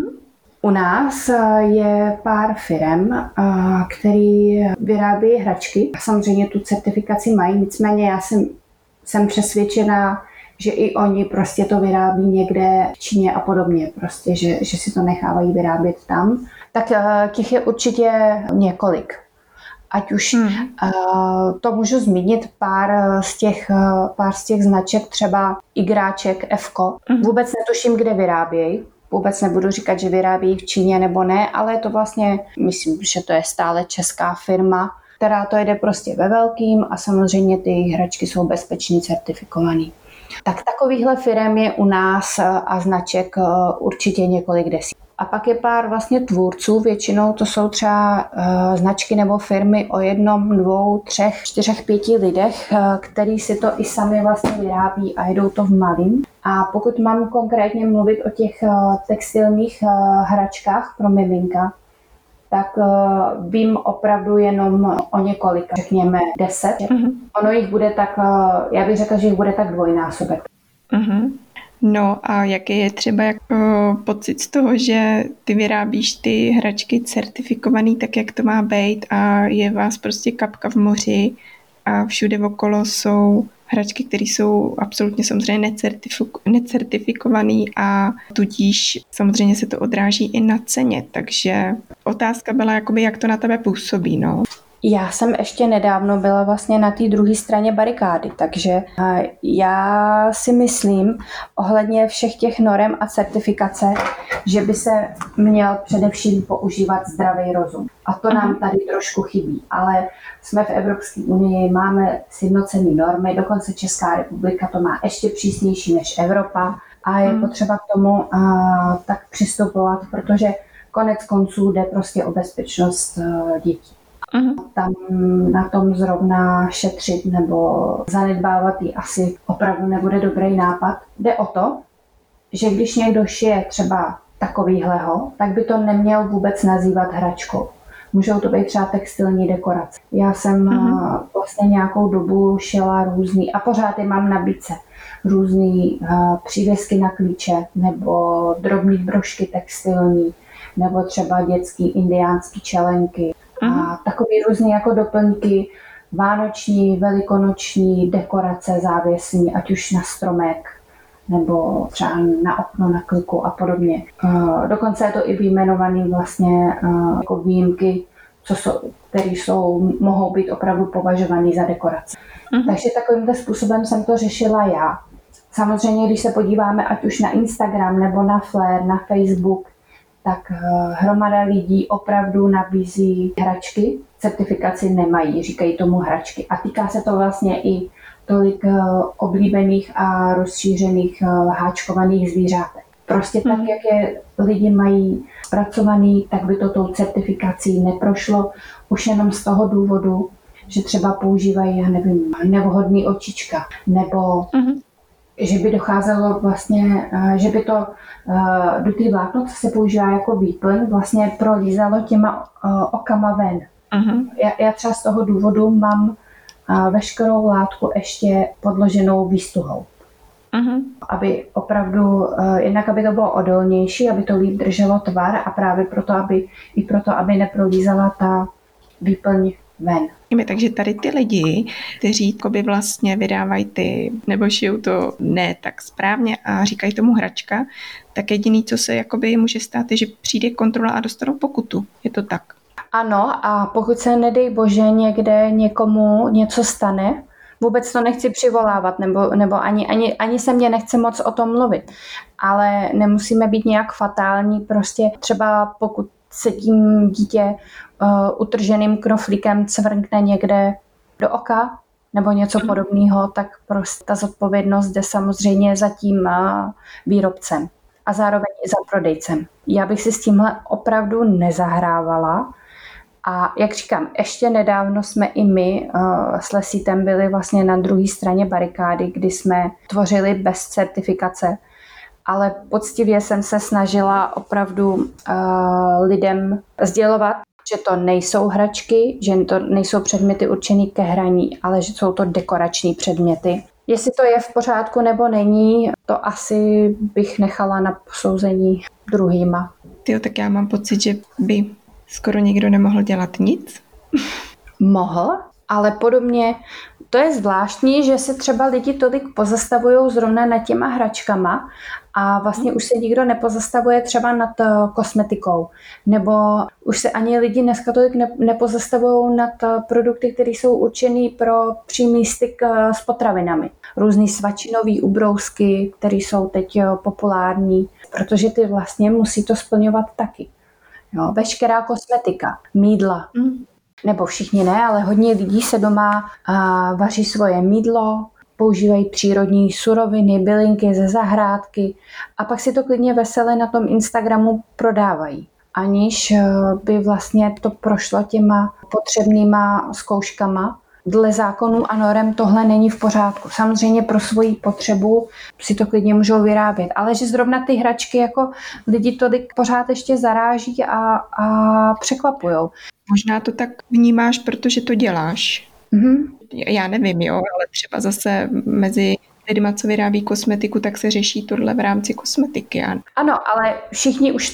U nás je pár firem, který vyrábí hračky. Samozřejmě tu certifikaci mají, nicméně já jsem přesvědčená, že i oni prostě to vyrábí někde v Číně a podobně, prostě, že si to nechávají vyrábět tam. Tak těch je určitě několik. Ať už to můžu zmínit pár z těch značek, třeba igráček, Fko. Vůbec netuším, kde vyrábějí. Vůbec nebudu říkat, že vyrábí v Číně nebo ne, ale to vlastně, myslím, že to je stále česká firma, která to jede prostě ve velkým a samozřejmě ty hračky jsou bezpečně certifikovaný. Tak takovýchhle firem je u nás a značek určitě několik desítek. A pak je pár vlastně tvůrců, většinou to jsou třeba značky nebo firmy o 1, 2, 3, 4, 5 lidech, který si to i sami vlastně vyrábí a jedou to v malým. A pokud mám konkrétně mluvit o těch textilních hračkách pro miminka, tak vím opravdu jenom o několik, řekněme 10. Ono jich bude tak, já bych řekla, že jich bude tak dvojnásobek. No a jaký je třeba pocit z toho, že ty vyrábíš ty hračky certifikovaný tak, jak to má být a je vás prostě kapka v moři a všude okolo jsou hračky, které jsou absolutně samozřejmě necertifikované a tudíž samozřejmě se to odráží i na ceně. Takže otázka byla, jakoby, jak to na tebe působí. No. Já jsem ještě nedávno byla vlastně na té druhé straně barikády, takže já si myslím ohledně všech těch norem a certifikace, že by se měl především používat zdravý rozum. A to nám tady trošku chybí, ale jsme v Evropské unii, máme sjednocené normy, dokonce Česká republika to má ještě přísnější než Evropa a je potřeba k tomu tak přistupovat, protože konec konců jde prostě o bezpečnost dětí. Tam na tom zrovna šetřit nebo zanedbávat ji asi opravdu nebude dobrý nápad. Jde o to, že když někdo šije třeba takovýhleho, tak by to neměl vůbec nazývat hračkou. Můžou to být třeba textilní dekorace. Já jsem vlastně nějakou dobu šila různý, a pořád je mám na nabídce, různý přívěsky na klíče nebo drobný brožky textilní nebo třeba dětský indiánský čelenky. A takový různý jako doplňky, vánoční, velikonoční, dekorace závěsní, ať už na stromek, nebo třeba na okno, na kliku a podobně. Dokonce je to i vyjmenovaný vlastně jako výjimky, které mohou být opravdu považované za dekorace. Takže takovýmhle způsobem jsem to řešila já. Samozřejmě, když se podíváme ať už na Instagram, nebo na Flair, na Facebook, tak hromada lidí opravdu nabízí hračky, certifikaci nemají, říkají tomu hračky. A týká se to vlastně i tolik oblíbených a rozšířených háčkovaných zvířátek. Prostě tak, jak je lidi mají zpracovaný, tak by to tou certifikací neprošlo už jenom z toho důvodu, že třeba používají, já nevím, nevhodný očička, nebo že by docházelo vlastně, že by to dutý vlákno, co se používá jako výplň, vlastně prolízalo těma okama ven. Já třeba z toho důvodu mám veškerou látku ještě podloženou výstuhou. aby opravdu, jednak aby to bylo odolnější, aby to líp drželo tvar a právě proto, aby neprolízala ta výplň ven. Takže tady ty lidi, kteří vlastně vydávají nebo šijou to ne tak správně a říkají tomu hračka, tak jediný, co se může stát, je, že přijde kontrola a dostanou pokutu. Je to tak? Ano, a pokud se nedej bože někde někomu něco stane, vůbec to nechci přivolávat, nebo ani se mě nechce moc o tom mluvit, ale nemusíme být nějak fatální, prostě třeba pokud se tím dítě utrženým knoflíkem cvrkne někde do oka nebo něco podobného, tak prostě ta zodpovědnost jde samozřejmě za tím výrobcem a zároveň i za prodejcem. Já bych si s tímhle opravdu nezahrávala. A jak říkám, ještě nedávno jsme i my s Lesítem byli vlastně na druhé straně barikády, kdy jsme tvořili bez certifikace, ale poctivě jsem se snažila opravdu lidem sdělovat, že to nejsou hračky, že to nejsou předměty určené ke hraní, ale že jsou to dekorační předměty. Jestli to je v pořádku nebo není, to asi bych nechala na posouzení druhýma. Tak já mám pocit, že by skoro nikdo nemohl dělat nic. Mohl, ale podobně to je zvláštní, že se třeba lidi tolik pozastavují zrovna nad těma hračkama a vlastně už se nikdo nepozastavuje třeba nad kosmetikou. Nebo už se ani lidi dneska tolik nepozastavují nad produkty, které jsou určený pro přímý styk s potravinami. Různý svačinový ubrousky, které jsou teď populární, protože ty vlastně musí to splňovat taky. Jo, veškerá kosmetika, mýdla. Nebo všichni ne, ale hodně lidí se doma vaří svoje mýdlo, používají přírodní suroviny, bylinky ze zahrádky a pak si to klidně veselé na tom Instagramu prodávají, aniž by vlastně to prošlo těma potřebnýma zkouškama. Dle zákonů a norem tohle není v pořádku. Samozřejmě pro svoji potřebu si to klidně můžou vyrábět, ale že zrovna ty hračky jako lidi tolik pořád ještě zaráží a překvapujou. Možná to tak vnímáš, protože to děláš. Já nevím, ale třeba zase mezi lidma, co vyrábí kosmetiku, tak se řeší tohle v rámci kosmetiky. Ano, ale všichni už to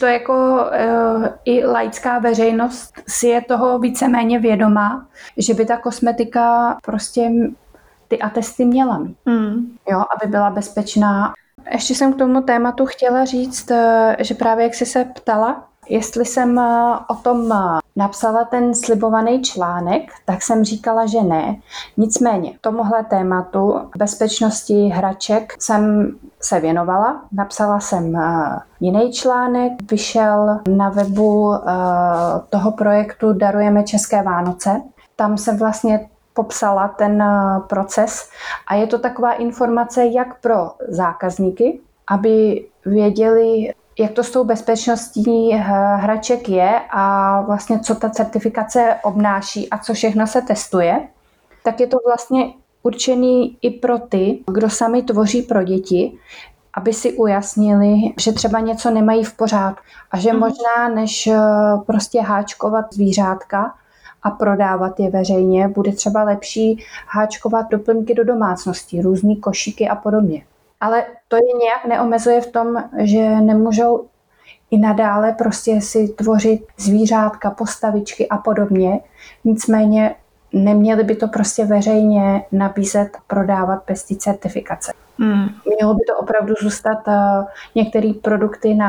i laická veřejnost si je toho víceméně vědomá, že by ta kosmetika prostě ty atesty měla mít, aby byla bezpečná. Ještě jsem k tomu tématu chtěla říct, že právě jak jsi se ptala, jestli jsem o tom napsala ten slibovaný článek, tak jsem říkala, že ne. Nicméně tomuhle tématu bezpečnosti hraček jsem se věnovala. Napsala jsem jiný článek, vyšel na webu toho projektu Darujeme České Vánoce. Tam jsem vlastně popsala ten proces a je to taková informace jak pro zákazníky, aby věděli, jak to s tou bezpečností hraček je a vlastně co ta certifikace obnáší a co všechno se testuje, tak je to vlastně určený i pro ty, kdo sami tvoří pro děti, aby si ujasnili, že třeba něco nemají v pořádku a že možná než prostě háčkovat zvířátka a prodávat je veřejně, bude třeba lepší háčkovat doplňky do domácnosti, různý košíky a podobně. Ale to je nějak neomezuje v tom, že nemůžou i nadále prostě si tvořit zvířátka, postavičky a podobně. Nicméně neměli by to prostě veřejně nabízet a prodávat bez té certifikace. Mělo by to opravdu zůstat některé produkty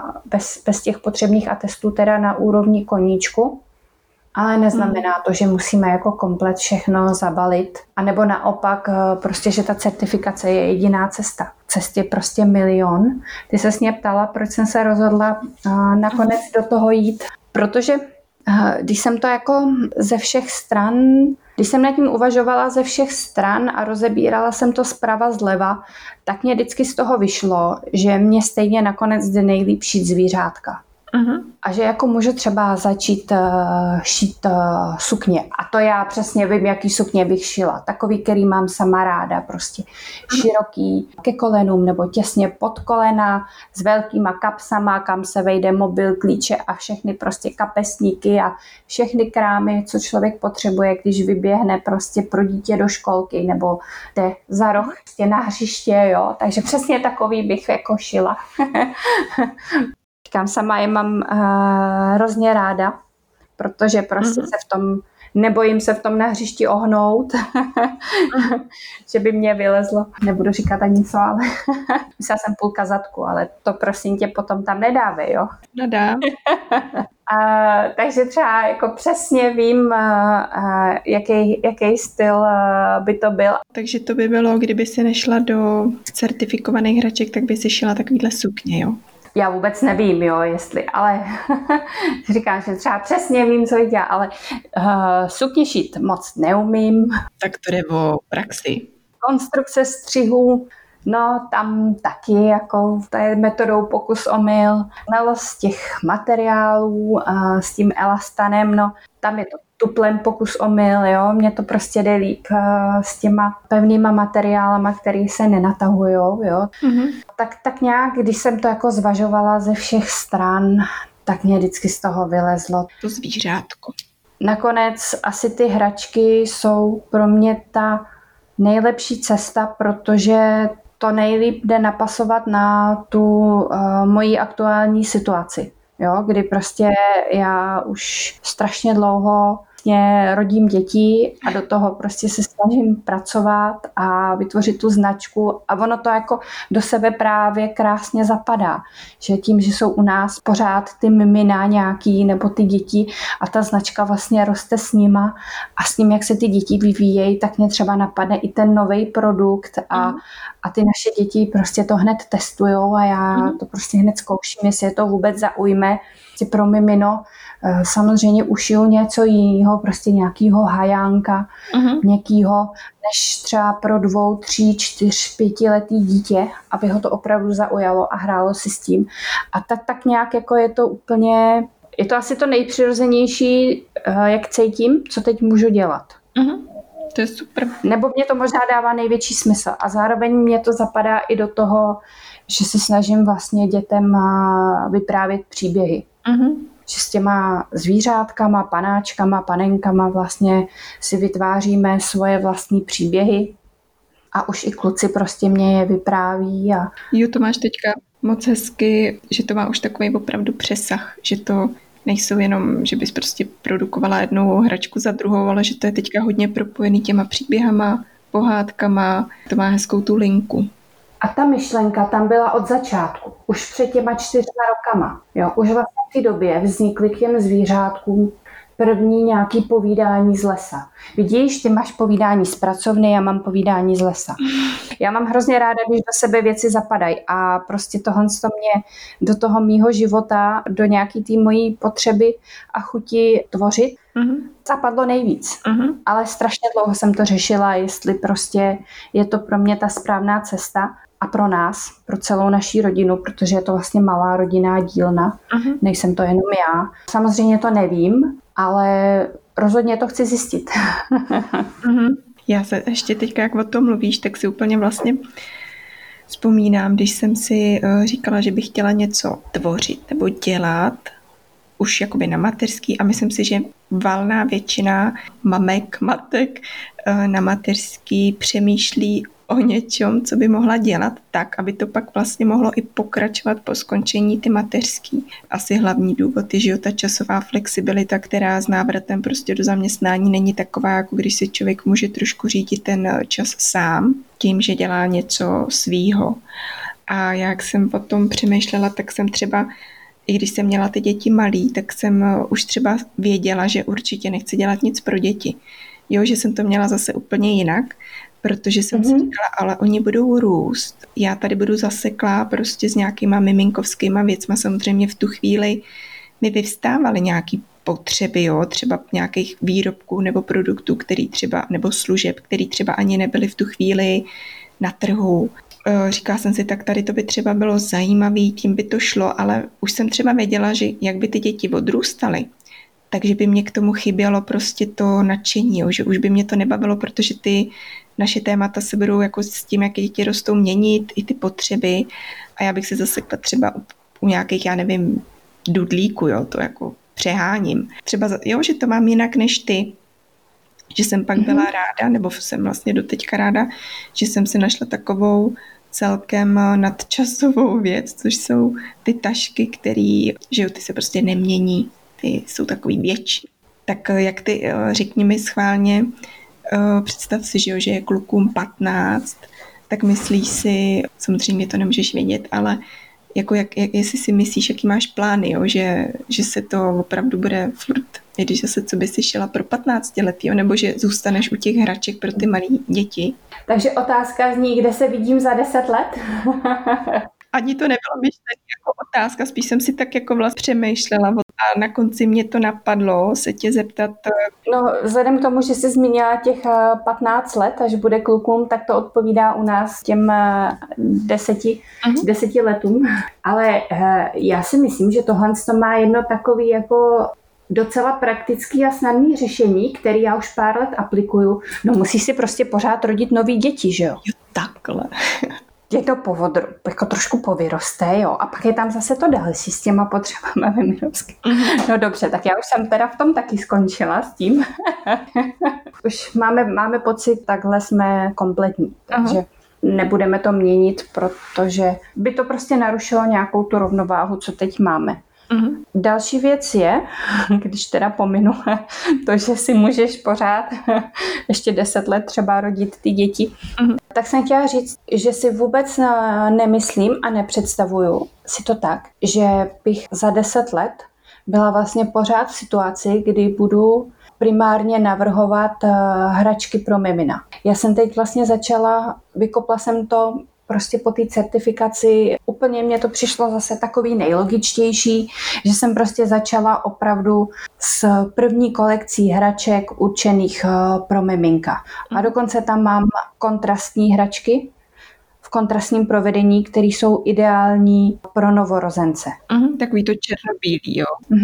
bez těch potřebných atestů, teda na úrovni koníčku. Ale neznamená to, že musíme jako komplet všechno zabalit. A nebo naopak prostě, že ta certifikace je jediná cesta. Cest je prostě milion. Ty se mě ptala, proč jsem se rozhodla nakonec do toho jít. Protože když jsem to jako ze všech stran, když jsem nad tím uvažovala ze všech stran a rozebírala jsem to zprava zleva, tak mě vždycky z toho vyšlo, že mě stejně nakonec jde nejlíp šít zvířátka. A že jako můžu třeba začít šít sukně. A to já přesně vím, jaký sukně bych šila. Takový, který mám sama ráda, prostě široký ke kolenům nebo těsně pod kolena s velkýma kapsama, kam se vejde mobil, klíče a všechny prostě kapesníky a všechny krámy, co člověk potřebuje, když vyběhne prostě pro dítě do školky nebo jde za roh prostě na hřiště, jo. Takže přesně takový bych jako šila. Říkám, sama je mám hrozně ráda, protože prostě se v tom, nebojím se v tom na hřišti ohnout, že by mě vylezlo. Nebudu říkat ani co, ale myslela jsem půlka zadku, ale to prosím tě potom tam nedávej, jo? Nedám. Takže třeba jako přesně vím, jaký styl by to byl. Takže to by bylo, kdyby si nešla do certifikovaných hraček, tak by si šila takovýhle sukně, jo? Já vůbec nevím, jo, jestli, ale říkám, že třeba přesně vím, co dělá, ale sukně šít moc neumím. Tak to jde o praxi. Konstrukce střihů, no tam taky, jako to je metodou pokus omyl. Znalost těch materiálů s tím elastanem, no tam je to tuplem pokus omyl, jo, mně to prostě jde líp s těma pevnýma materiálama, které se nenatahujou, jo. Tak nějak, když jsem to jako zvažovala ze všech stran, tak mě vždycky z toho vylezlo to zvířátko. Nakonec asi ty hračky jsou pro mě ta nejlepší cesta, protože to nejlíp jde napasovat na tu moji aktuální situaci. Jo, kdy prostě já už strašně dlouho rodím děti a do toho prostě se snažím pracovat a vytvořit tu značku a ono to jako do sebe právě krásně zapadá, že tím, že jsou u nás pořád ty mimina nějaký nebo ty děti a ta značka vlastně roste s nima a s tím, jak se ty děti vyvíjejí, tak mě třeba napadne i ten nový produkt a ty naše děti prostě to hned testujou a já to prostě hned zkouším, jestli je to vůbec zaujme. Pro mimino samozřejmě ušiju něco jiného, prostě nějakýho hajánka, měkkýho, než třeba pro 2, 3, 4, 5letý dítě, aby ho to opravdu zaujalo a hrálo si s tím. A tak nějak jako je to úplně, je to asi to nejpřirozenější, jak cítím, co teď můžu dělat. To je super. Nebo mě to možná dává největší smysl a zároveň mě to zapadá i do toho, že se snažím vlastně dětem vyprávět příběhy. Že s těma zvířátkama, panáčkama, panenkama vlastně si vytváříme svoje vlastní příběhy a už i kluci prostě mě je vypráví. Jo, to máš teďka moc hezky, že to má už takový opravdu přesah, že to nejsou jenom, že bys prostě produkovala jednou hračku za druhou, ale že to je teďka hodně propojený těma příběhama, pohádkama, to má hezkou tu linku. A ta myšlenka tam byla od začátku, už před těma 4 rokama. Jo, už vlastně v té době vznikly k těm zvířátkům první nějaký povídání z lesa. Vidíš, ty máš povídání z pracovny, já mám povídání z lesa. Já mám hrozně ráda, když do sebe věci zapadají a prostě tohle mě do toho mýho života, do nějaký té mojí potřeby a chuti tvořit, zapadlo nejvíc. Ale strašně dlouho jsem to řešila, jestli prostě je to pro mě ta správná cesta a pro nás, pro celou naší rodinu, protože je to vlastně malá rodinná dílna, nejsem to jenom já. Samozřejmě to nevím, ale rozhodně to chci zjistit. Já se ještě teďka, jak o tom mluvíš, tak si úplně vlastně vzpomínám, když jsem si říkala, že bych chtěla něco tvořit nebo dělat, už jakoby na mateřský a myslím si, že valná většina matek na mateřský přemýšlí o něčem, co by mohla dělat tak, aby to pak vlastně mohlo i pokračovat po skončení ty mateřský. Asi hlavní důvod je, že ta časová flexibilita, která s návratem prostě do zaměstnání není taková, jako když si člověk může trošku řídit ten čas sám, tím, že dělá něco svýho. A jak jsem potom přemýšlela, tak jsem třeba i když jsem měla ty děti malý, tak jsem už třeba věděla, že určitě nechci dělat nic pro děti. Jo, že jsem to měla zase úplně jinak, protože jsem si říkala, ale oni budou růst. Já tady budu zaseklá prostě s nějakýma miminkovskýma věcma. Samozřejmě v tu chvíli mi vyvstávaly nějaký potřeby, jo, třeba nějakých výrobků nebo produktů, který třeba, nebo služeb, který třeba ani nebyly v tu chvíli na trhu. Říkala jsem si, tak tady to by třeba bylo zajímavý, tím by to šlo, ale už jsem třeba věděla, že jak by ty děti odrůstaly, takže by mě k tomu chybělo prostě to nadšení, jo, že už by mě to nebavilo, protože ty naše témata se budou jako s tím, jak děti rostou, měnit, i ty potřeby, a já bych se zasekla třeba u nějakých, já nevím, dudlíků, jo, to jako přeháním. Třeba, jo, že to mám jinak než ty, že jsem pak byla ráda, nebo jsem vlastně doteďka ráda, že jsem si našla takovou celkem nadčasovou věc, což jsou ty tašky, které, že jo, ty se prostě nemění, ty jsou takový větší. Tak jak ty, řekni mi schválně, představ si, že, jo, že je klukům 15, tak myslíš si, samozřejmě to nemůžeš vědět, ale jako jestli si myslíš, jaký máš plány, jo, že se to opravdu bude furt, když zase co by si šila pro 15 letý, nebo že zůstaneš u těch hraček pro ty malé děti. Takže otázka zní, kde se vidím za 10 let? Ani to nebylo myšlené jako otázka, spíš jsem si tak jako vlastně přemýšlela a na konci mě to napadlo se tě zeptat. No, vzhledem k tomu, že jsi zmínila těch 15 let, až bude klukům, tak to odpovídá u nás těm 10 letům. Ale já si myslím, že tohle má jedno takový jako docela praktický a snadný řešení, který já už pár let aplikuju. No musíš si prostě pořád rodit nový děti, že jo? Jo, takhle. Je to jako trošku povyroste, jo, a pak je tam zase to další s těma potřebami veminovský. No dobře, tak já už jsem teda v tom taky skončila s tím. Už máme pocit, takhle jsme kompletní, takže nebudeme to měnit, protože by to prostě narušilo nějakou tu rovnováhu, co teď máme. Další věc je, když teda pominu to, že si můžeš pořád ještě 10 let třeba rodit ty děti, tak jsem chtěla říct, že si vůbec nemyslím a nepředstavuju si to tak, že bych za 10 let byla vlastně pořád v situaci, kdy budu primárně navrhovat hračky pro mimina. Já jsem teď vlastně vykopla jsem to prostě po té certifikaci, úplně mě to přišlo zase takový nejlogičtější, že jsem prostě začala opravdu s první kolekcí hraček určených pro miminka. A dokonce tam mám kontrastní hračky v kontrastním provedení, které jsou ideální pro novorozence. Takový to černobílý, jo.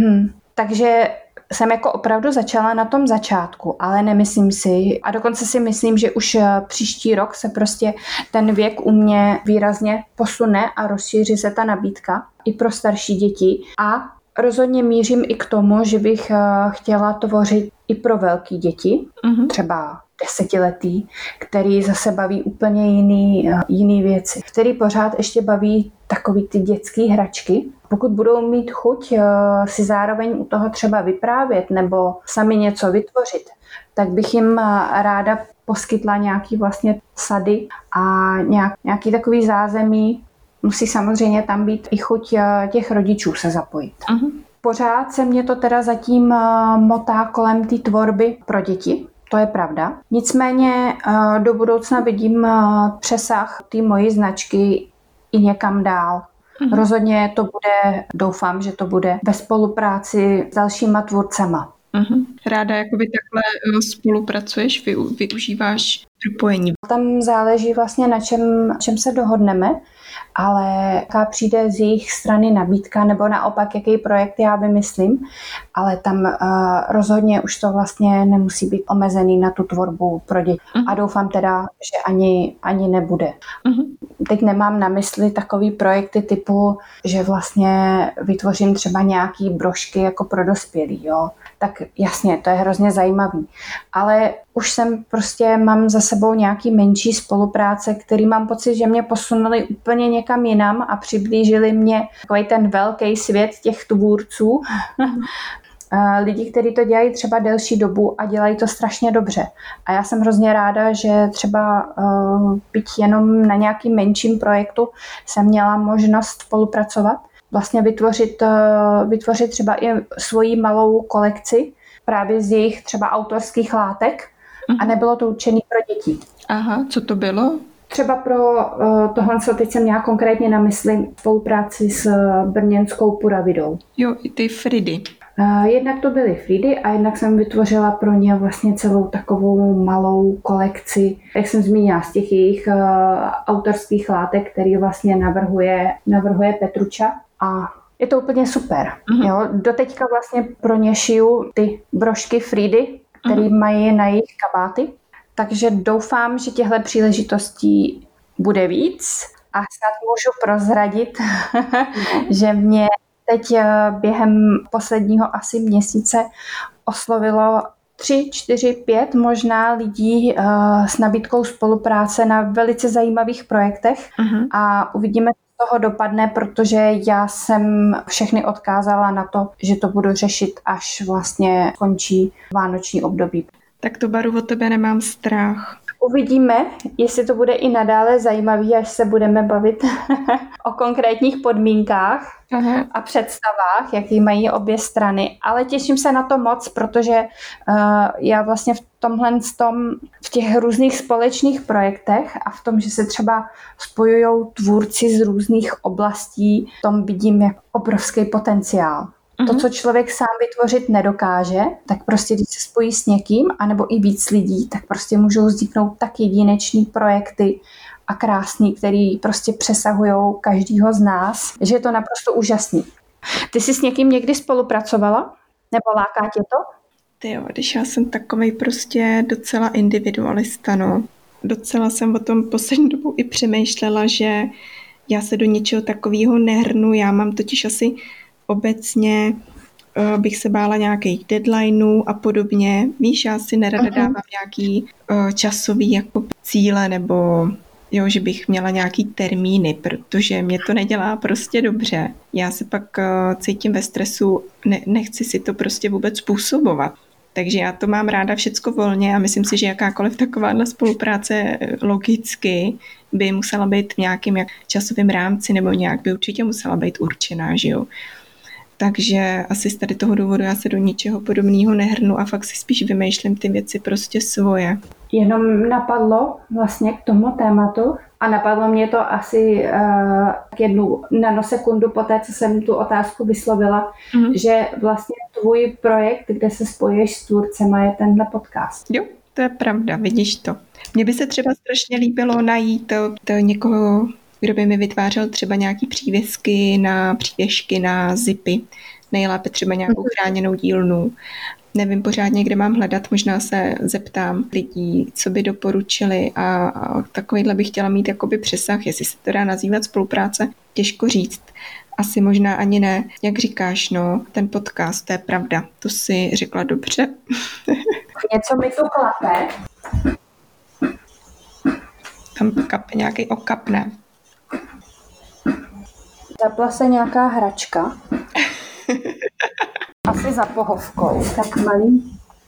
Takže jsem jako opravdu začala na tom začátku, ale nemyslím si, a dokonce si myslím, že už příští rok se prostě ten věk u mě výrazně posune a rozšíří se ta nabídka i pro starší děti. A rozhodně mířím i k tomu, že bych chtěla tvořit i pro velké děti, třeba 10letý, který zase baví úplně jiný věci, který pořád ještě baví takový ty dětský hračky. Pokud budou mít chuť si zároveň u toho třeba vyprávět nebo sami něco vytvořit, tak bych jim ráda poskytla nějaký vlastně sady a nějaký takový zázemí. Musí samozřejmě tam být i chuť těch rodičů se zapojit. Pořád se mě to teda zatím motá kolem té tvorby pro děti. To je pravda. Nicméně do budoucna vidím přesah té mojí značky i někam dál. Rozhodně to bude, doufám, že to bude ve spolupráci s dalšíma tvůrcema. Ráda jakoby takhle spolupracuješ, využíváš propojení. Tam záleží vlastně na čem se dohodneme, ale jaká přijde z jejich strany nabídka, nebo naopak, jaký projekt já vymyslím, ale tam rozhodně už to vlastně nemusí být omezený na tu tvorbu pro děti. A doufám teda, že ani nebude. Teď nemám na mysli takový projekty typu, že vlastně vytvořím třeba nějaký brožky jako pro dospělí, jo. Tak jasně, to je hrozně zajímavý. Ale už mám za sebou nějaký menší spolupráce, který mám pocit, že mě posunuli úplně někam jinam a přiblížili mě takový ten velký svět těch tvůrců. Lidi, kteří to dělají třeba delší dobu a dělají to strašně dobře. A já jsem hrozně ráda, že třeba byť jenom na nějakým menším projektu jsem měla možnost spolupracovat. Vlastně vytvořit třeba i svoji malou kolekci právě z jejich třeba autorských látek a nebylo to určené pro děti. Aha, co to bylo? Třeba pro tohle, co teď jsem měla konkrétně na mysli, spolupráci s brněnskou Puravidou. Jo, i ty Fridy. Jednak to byly Fridy a jednak jsem vytvořila pro ně vlastně celou takovou malou kolekci, jak jsem zmínila, z těch jejich autorských látek, který vlastně navrhuje Petruča a je to úplně super. Jo? Doteďka vlastně pro ně šiju ty brožky Fridy, které mají na jejich kabáty, takže doufám, že těchto příležitostí bude víc a snad můžu prozradit, že mě teď během posledního asi měsíce oslovilo 3, 4, 5 možná lidí s nabídkou spolupráce na velice zajímavých projektech a uvidíme, co z toho dopadne, protože já jsem všechny odkázala na to, že to budu řešit, až vlastně končí vánoční období. Tak to, Baru, o tebe nemám strach. Uvidíme, jestli to bude i nadále zajímavý, až se budeme bavit o konkrétních podmínkách a představách, jaký mají obě strany. Ale těším se na to moc, protože já vlastně v těch různých společných projektech a v tom, že se třeba spojují tvůrci z různých oblastí, v tom vidím jako obrovský potenciál. To, co člověk sám vytvořit nedokáže, tak prostě když se spojí s někým, anebo i víc lidí, tak prostě můžou vzniknout tak jedinečný projekty a krásný, který prostě přesahujou každýho z nás, že je to naprosto úžasný. Ty jsi s někým někdy spolupracovala? Nebo láká tě to? Tyjo, když já jsem takovej prostě docela individualista, no. Docela jsem o tom poslední dobou i přemýšlela, že já se do něčeho takového nehrnu, já mám totiž asi obecně bych se bála nějakých deadlineů a podobně. Víš, já si nerada dávám nějaký časový jako cíle nebo že bych měla nějaký termíny, protože mě to nedělá prostě dobře. Já se pak cítím ve stresu, nechci si to prostě vůbec způsobovat. Takže já to mám ráda všecko volně a myslím si, že jakákoliv takováhle spolupráce logicky by musela být v nějakým časovém rámci nebo nějak by určitě musela být určená, že jo. Takže asi z tady toho důvodu já se do ničeho podobného nehrnu a fakt si spíš vymýšlím ty věci prostě svoje. Jenom napadlo vlastně k tomu tématu a napadlo mě to asi jednu nanosekundu po té, co jsem tu otázku vyslovila, že vlastně tvůj projekt, kde se spojíš s tvůrcema, je tenhle podcast. Jo, to je pravda, vidíš to. Mně by se třeba strašně líbilo najít to někoho, kdo by mi vytvářel třeba nějaký přívěšky na zipy, nejlépe třeba nějakou chráněnou dílnu. Nevím pořádně, kde mám hledat, možná se zeptám lidí, co by doporučili a takovýhle bych chtěla mít jakoby přesah, jestli se to dá nazývat spolupráce, těžko říct. Asi možná ani ne. Jak říkáš, no, ten podcast, to je pravda, to si řekla dobře. Něco mi tu klape. Tam kape nějaký okap, ne? Zapla se nějaká hračka. Asi za pohovkou. Tak malý.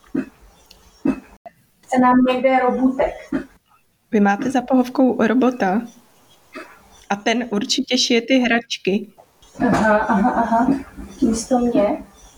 Chce nám někde robotek. Vy máte za pohovkou robota? A ten určitě šije ty hračky. Aha. Místo mě.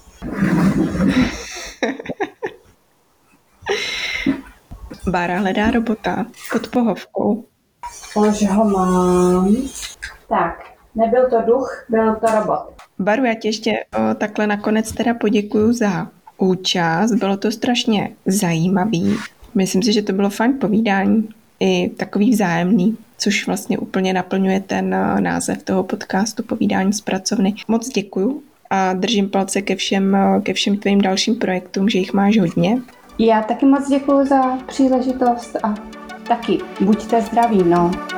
Bára hledá robota pod pohovkou. Už ho mám. Tak, nebyl to duch, byl to robot. Baru, já ti ještě takhle nakonec teda poděkuju za účast. Bylo to strašně zajímavý. Myslím si, že to bylo fajn povídání. I takový vzájemný, což vlastně úplně naplňuje ten název toho podcastu Povídání z pracovny. Moc děkuju a držím palce ke všem tvým dalším projektům, že jich máš hodně. Já taky moc děkuju za příležitost a taky buďte zdraví, no.